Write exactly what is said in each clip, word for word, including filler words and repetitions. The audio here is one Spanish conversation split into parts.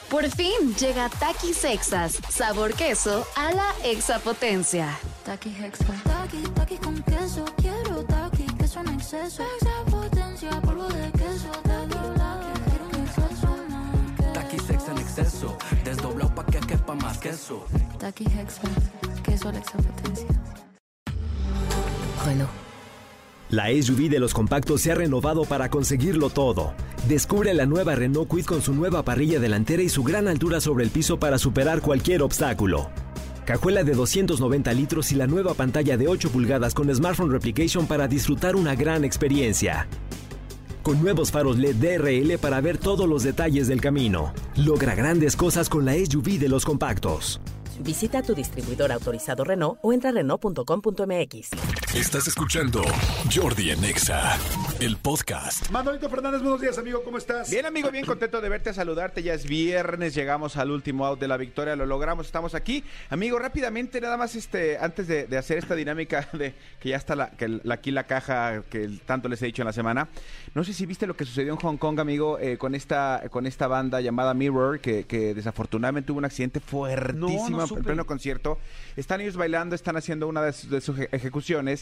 Por fin llega Takis Exas, sabor queso a la exapotencia. Takis Hexa. Takis, Takis con queso. Quiero Takis, queso en exceso. Exapotencia, polvo de queso. Takis, Takis, quiero un exceso más. Takis Hexa en exceso. Desdoblado pa' que quepa más queso. Takis Hexa, queso a la exapotencia. Renault. La S U V de los compactos se ha renovado para conseguirlo todo. Descubre la nueva Renault Kwid con su nueva parrilla delantera y su gran altura sobre el piso para superar cualquier obstáculo. Cajuela de doscientos noventa litros y la nueva pantalla de ocho pulgadas con Smartphone Replication para disfrutar una gran experiencia. Con nuevos faros L E D D R L para ver todos los detalles del camino. Logra grandes cosas con la S U V de los compactos. Visita tu distribuidor autorizado Renault o entra a Renault punto com punto m x. Estás escuchando Jordi en Exa, el podcast. Manolito Fernández, buenos días, amigo, ¿cómo estás? Bien, amigo, bien contento de verte, saludarte. Ya es viernes, llegamos al último out de la victoria, lo logramos, estamos aquí. Amigo, rápidamente, nada más este antes de, de hacer esta dinámica de que ya está la, que la, aquí la caja que tanto les he dicho en la semana. No sé si viste lo que sucedió en Hong Kong, amigo, eh, con esta con esta banda llamada Mirror, que, que desafortunadamente tuvo un accidente fuertísimo no, no en pleno concierto. Están ellos bailando, están haciendo una de sus, de sus ejecuciones.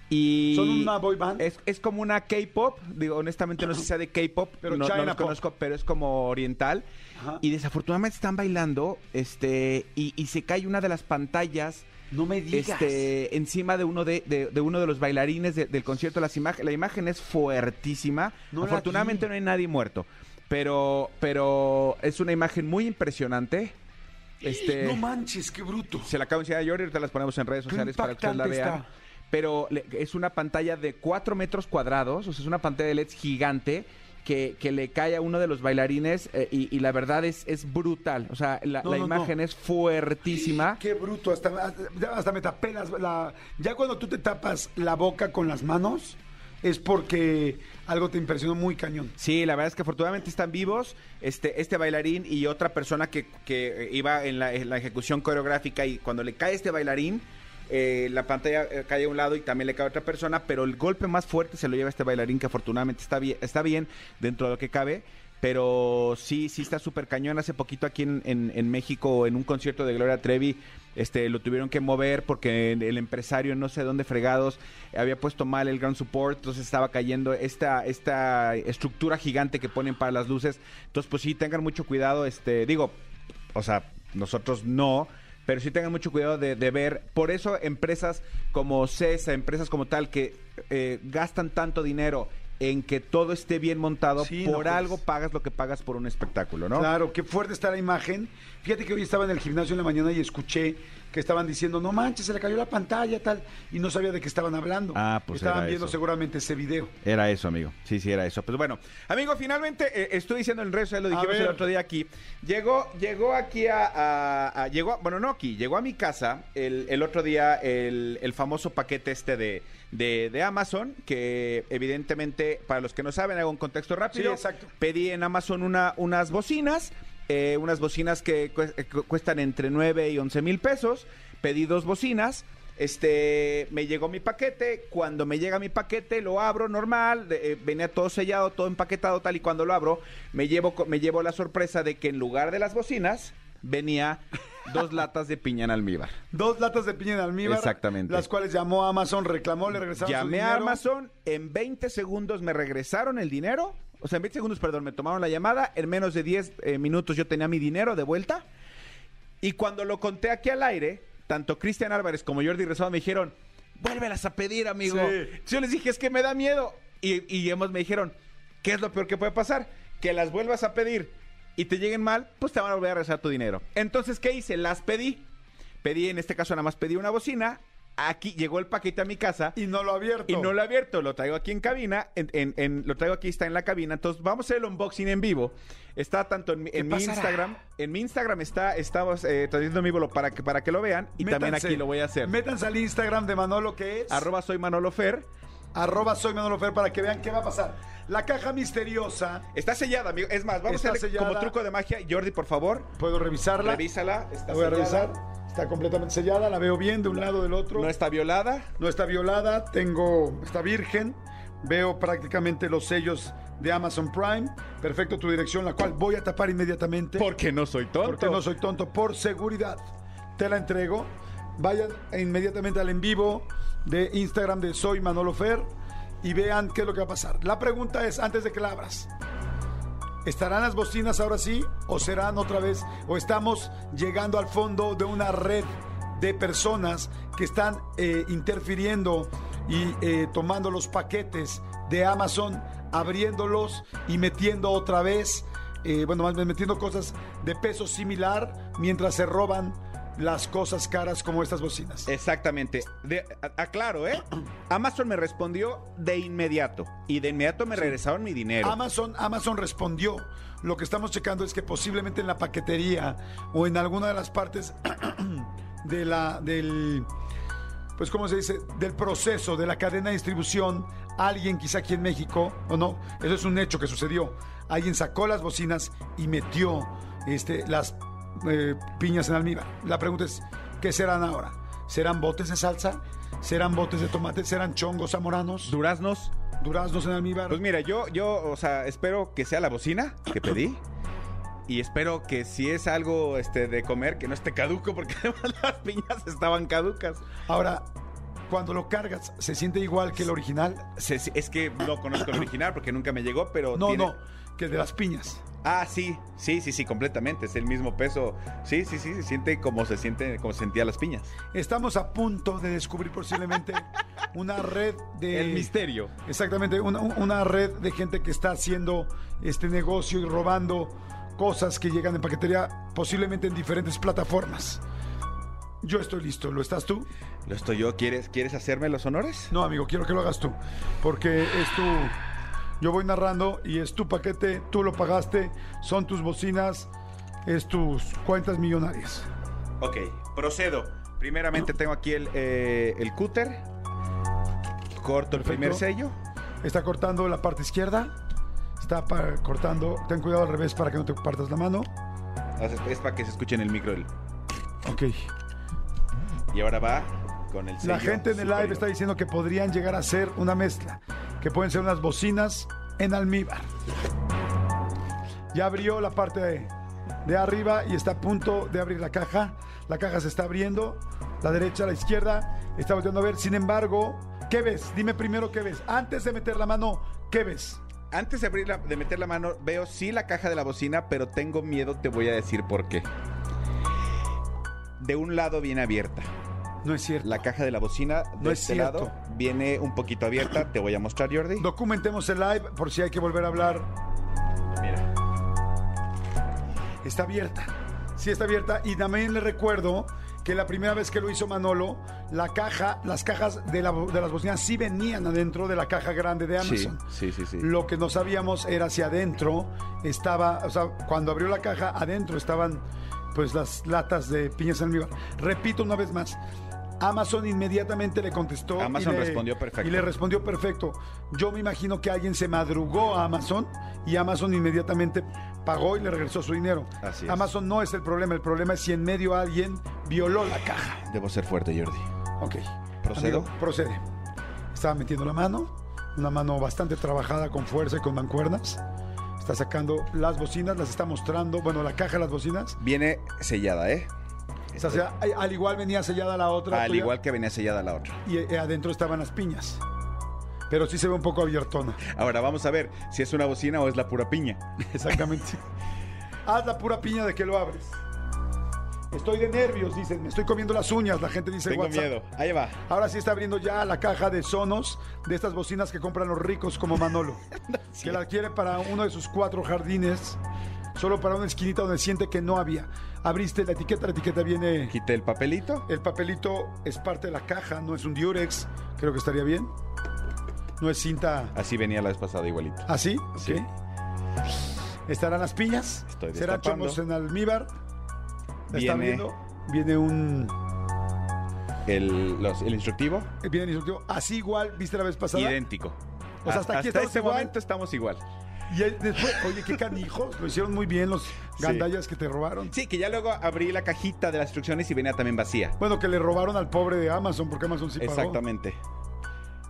Y ¿son una boy band? Es, es como una K-pop, digo, honestamente no sé si sea de K-pop, pero no, no los conozco, pero es como oriental. Ajá. Y desafortunadamente están bailando, este, y, y se cae una de las pantallas. No me digas. Este, encima de uno de, de, de uno de los bailarines de, del concierto. Las imag- la imagen es fuertísima. No, afortunadamente no hay nadie muerto, pero, pero es una imagen muy impresionante. Este, no manches, qué bruto. Se la acabo de enseñar a Jordi, ahorita las ponemos en redes sociales para que ustedes la vean. Está. Pero le, es una pantalla de cuatro metros cuadrados, o sea, es una pantalla de L E D gigante que, que le cae a uno de los bailarines eh, y, y la verdad es, es brutal. O sea, la, no, la no, imagen no. es fuertísima. Qué bruto, hasta, hasta me tapé las, la... Ya cuando tú te tapas la boca con las manos es porque algo te impresionó muy cañón. Sí, la verdad es que afortunadamente están vivos. Este, este bailarín y otra persona que, que iba en la, en la ejecución coreográfica, y cuando le cae este bailarín, eh, la pantalla eh, cae a un lado y también le cae a otra persona, pero el golpe más fuerte se lo lleva este bailarín, que afortunadamente está bien, está bien dentro de lo que cabe. Pero sí, sí está súper cañón. Hace poquito aquí en, en, en México, en un concierto de Gloria Trevi, este, lo tuvieron que mover porque el empresario, no sé dónde fregados, había puesto mal el ground support, entonces estaba cayendo esta, esta estructura gigante que ponen para las luces. Entonces, pues sí, tengan mucho cuidado, este, digo, o sea, nosotros no, pero sí tengan mucho cuidado de, de ver. Por eso empresas como CESA, empresas como tal, que eh, gastan tanto dinero en que todo esté bien montado, sí, por no, pues, algo pagas lo que pagas por un espectáculo, ¿no? Claro, qué fuerte está la imagen. Fíjate que hoy estaba en el gimnasio en la mañana y escuché que estaban diciendo, no manches, se le cayó la pantalla, tal, y no sabía de qué estaban hablando. Ah, pues estaban viendo eso. Seguramente ese video. Era eso, amigo. Sí, sí, era eso. Pues bueno, amigo, finalmente, eh, estoy diciendo en redes, lo dijimos el otro día aquí, llegó llegó aquí a, a, a llegó, bueno, no aquí, llegó a mi casa el, el otro día el, el famoso paquete este de, de, de Amazon, que evidentemente, para los que no saben, hago un contexto rápido. Sí, exacto. Pedí en Amazon una, unas bocinas, Eh, unas bocinas que cuestan entre nueve y once mil pesos. Pedí dos bocinas. Este, me llegó mi paquete. Cuando me llega mi paquete, lo abro normal. Eh, venía todo sellado, todo empaquetado, tal. Y cuando lo abro, me llevo, me llevo la sorpresa de que en lugar de las bocinas, venía dos latas de piña en almíbar. Dos latas de piña en almíbar. Exactamente. Las cuales llamó a Amazon, reclamó, le regresaron su dinero. Llamé a Amazon, en veinte segundos me regresaron el dinero. O sea, en veinte segundos, perdón, me tomaron la llamada. En menos de diez eh, minutos yo tenía mi dinero de vuelta. Y cuando lo conté aquí al aire, tanto Cristian Álvarez como Jordi Rosado me dijeron, vuélvelas a pedir, amigo. Sí. Yo les dije, es que me da miedo. Y, y hemos, me dijeron, ¿qué es lo peor que puede pasar? Que las vuelvas a pedir y te lleguen mal, pues te van a volver a regresar tu dinero. Entonces, ¿qué hice? Las pedí. Pedí, en este caso, nada más pedí una bocina. Aquí llegó el paquete a mi casa. Y no lo abierto. Y no lo abierto. Lo traigo aquí en cabina. En, en, en, lo traigo aquí, está en la cabina. Entonces, vamos a hacer el unboxing en vivo. Está tanto en, en mi Instagram. En mi Instagram está, estamos eh, transmitiendo en vivo para que, para que lo vean. Y métanse, también aquí lo voy a hacer. Métanse al Instagram de Manolo, que es... Arroba soy Manolo Fer. Arroba soy Manolo Fer, para que vean qué va a pasar. La caja misteriosa... Está sellada, amigo. Es más, vamos a hacer como truco de magia. Jordi, por favor. ¿Puedo revisarla? Revísala. Está voy sellada. a revisar. Está completamente sellada, la veo bien de un lado del otro. No está violada. No está violada, tengo, está virgen. Veo prácticamente los sellos de Amazon Prime. Perfecto, tu dirección, la cual voy a tapar inmediatamente. Porque no soy tonto. Porque no soy tonto, por seguridad. Te la entrego. Vayan inmediatamente al en vivo de Instagram de Soy Manolo Fer y vean qué es lo que va a pasar. La pregunta es, antes de que la abras, ¿estarán las bocinas ahora sí? ¿O serán otra vez? ¿O estamos llegando al fondo de una red de personas que están eh, interfiriendo y eh, tomando los paquetes de Amazon, abriéndolos y metiendo otra vez, eh, bueno, más bien metiendo cosas de peso similar mientras se roban las cosas caras como estas bocinas? Exactamente. De, a- aclaro, ¿eh? Amazon me respondió de inmediato. Y de inmediato me regresaron mi dinero. Amazon, Amazon respondió. Lo que estamos checando es que posiblemente en la paquetería o en alguna de las partes de la, del, pues ¿cómo se dice? Del proceso, de la cadena de distribución, alguien quizá aquí en México, o no, eso es un hecho que sucedió. Alguien sacó las bocinas y metió este, las eh, piñas en almíbar. La pregunta es, ¿qué serán ahora? ¿Serán botes de salsa? ¿Serán botes de tomate? ¿Serán chongos zamoranos? Duraznos. ¿Duraznos en almíbar? Pues mira, yo, yo, o sea, espero que sea la bocina que pedí. Y espero que si es algo este, de comer, que no esté caduco, porque además las piñas estaban caducas. Ahora, cuando lo cargas, ¿se siente igual que el original? Se- se- es que no conozco el original porque nunca me llegó, pero No, tiene- no, que de las piñas. Ah, sí, sí, sí, sí, completamente. Es el mismo peso. Sí, sí, sí, se siente como se siente, como se sentía las piñas. Estamos a punto de descubrir posiblemente una red de... El misterio. Exactamente, una, una red de gente que está haciendo este negocio y robando cosas que llegan en paquetería, posiblemente en diferentes plataformas. Yo estoy listo, ¿lo estás tú? Lo estoy yo. ¿Quieres, ¿Quieres hacerme los honores? No, amigo, quiero que lo hagas tú, porque es tu... Yo voy narrando y es tu paquete, tú lo pagaste, son tus bocinas, es tus cuentas millonarias. Ok, procedo. Primeramente tengo aquí el, eh, el cúter. Corto el Perfecto. primer sello. Está cortando la parte izquierda, está pa- cortando, ten cuidado al revés para que no te partas la mano. Es para que se escuche en el micro. el- Ok. Y ahora va con el sello. La gente en el live superior. está diciendo que podrían llegar a ser una mezcla, que pueden ser unas bocinas en almíbar. Ya abrió la parte de, de arriba y está a punto de abrir la caja. La caja se está abriendo, la derecha, la izquierda, está volteando a ver. Sin embargo, ¿qué ves? Dime primero qué ves. Antes de meter la mano, ¿qué ves? Antes de abrir la- de meter la mano, veo sí la caja de la bocina, pero tengo miedo, te voy a decir por qué. De un lado viene abierta. No es cierto. La caja de la bocina de No es este cierto. lado viene un poquito abierta. Te voy a mostrar, Jordi. Documentemos el live por si hay que volver a hablar. Mira. Está abierta. Sí está abierta. Y también le recuerdo que la primera vez que lo hizo Manolo, la caja, las cajas de, la- de las bocinas sí venían adentro de la caja grande de Sí, Amazon. sí, sí, sí. Lo que no sabíamos era si adentro estaba, o sea, cuando abrió la caja, adentro estaban pues las latas de piñas en almíbar. Repito una vez más, Amazon inmediatamente le contestó. Amazon y le- respondió perfecto. Y le respondió perfecto. Yo me imagino que alguien se madrugó a Amazon y Amazon inmediatamente pagó y le regresó su dinero. Así es. Amazon no es el problema, el problema es si en medio alguien violó la caja. Debo ser fuerte, Jordi. Ok. ¿Procedo? Amigo, procede. Estaba metiendo la mano, una mano bastante trabajada con fuerza y con mancuernas. Está sacando las bocinas, las está mostrando, bueno, la caja de las bocinas. Viene sellada, ¿eh? O sea, al igual venía sellada la otra. Al pues, igual que venía sellada la otra. Y eh, adentro estaban las piñas. Pero sí se ve un poco abiertona. Ahora vamos a ver si es una bocina o es la pura piña. Exactamente. Haz la pura piña de que lo abres. Estoy de nervios, dicen. Me estoy comiendo las uñas. La gente dice en Tengo WhatsApp. miedo. Ahí va. Ahora sí está abriendo ya la caja de Sonos, de estas bocinas que compran los ricos como Manolo. Que la quiere para uno de sus cuatro jardines, solo para una esquinita donde siente que no había. Abriste la etiqueta, la etiqueta viene... Quité el papelito. El papelito es parte de la caja, no es un Durex, creo que estaría bien. No es cinta Así venía la vez pasada igualito. así, Sí. ok. ¿Estarán las piñas? Estoy ¿Serán destapando. chongos en almíbar? ¿La está Viene- viendo? Viene un... El, los- el instructivo, Viene el instructivo. Así igual, ¿viste la vez pasada? idéntico. O sea, hasta aquí estamos este igual. momento estamos igual. Y él después, oye, qué canijos, lo hicieron muy bien los gandallas que te robaron. Sí, que ya luego abrí la cajita de las instrucciones y venía también vacía. Bueno, que le robaron al pobre de Amazon, porque Amazon sí pagó. Exactamente.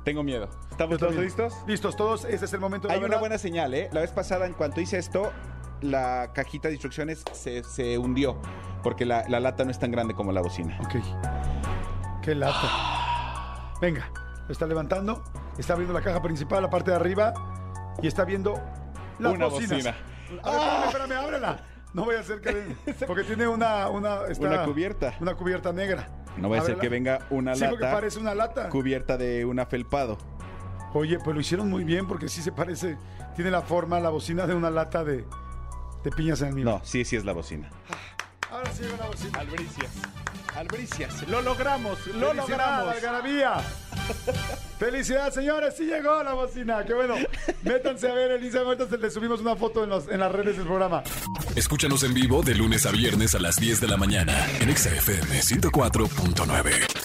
Tengo miedo. ¿Estamos Yo todos también. listos? Listos todos, ese es el momento de Hay la una verdad. buena señal, ¿eh? La vez pasada, en cuanto hice esto, la cajita de instrucciones se, se hundió. Porque la, la lata no es tan grande como la bocina. Ok. Qué lata. Venga, lo está levantando, está abriendo la caja principal, la parte de arriba, y está viendo las Una bocinas. bocina. A ver, espérame, espérame, ábrela. No voy a hacer que... Porque tiene una... Una, está- Una cubierta. Una cubierta negra. No va a ser Ábrela. que venga una Sí, porque lata parece una lata. cubierta de un afelpado. Oye, pues lo hicieron muy bien porque sí se parece... Tiene la forma, la bocina de una lata de, de piñas en el mío. No, sí, sí es la bocina. Ahora sí llega la bocina. Albricias. Albricias. Lo logramos, lo ¡Felicidad, logramos. algarabía! ¡Felicidad, señores! ¡Sí llegó la bocina! ¡Qué bueno! Métanse a ver el Instagram. Ahorita le subimos una foto en, los, en las redes del programa. Escúchanos en vivo de lunes a viernes a las diez de la mañana en Exa F M ciento cuatro punto nueve.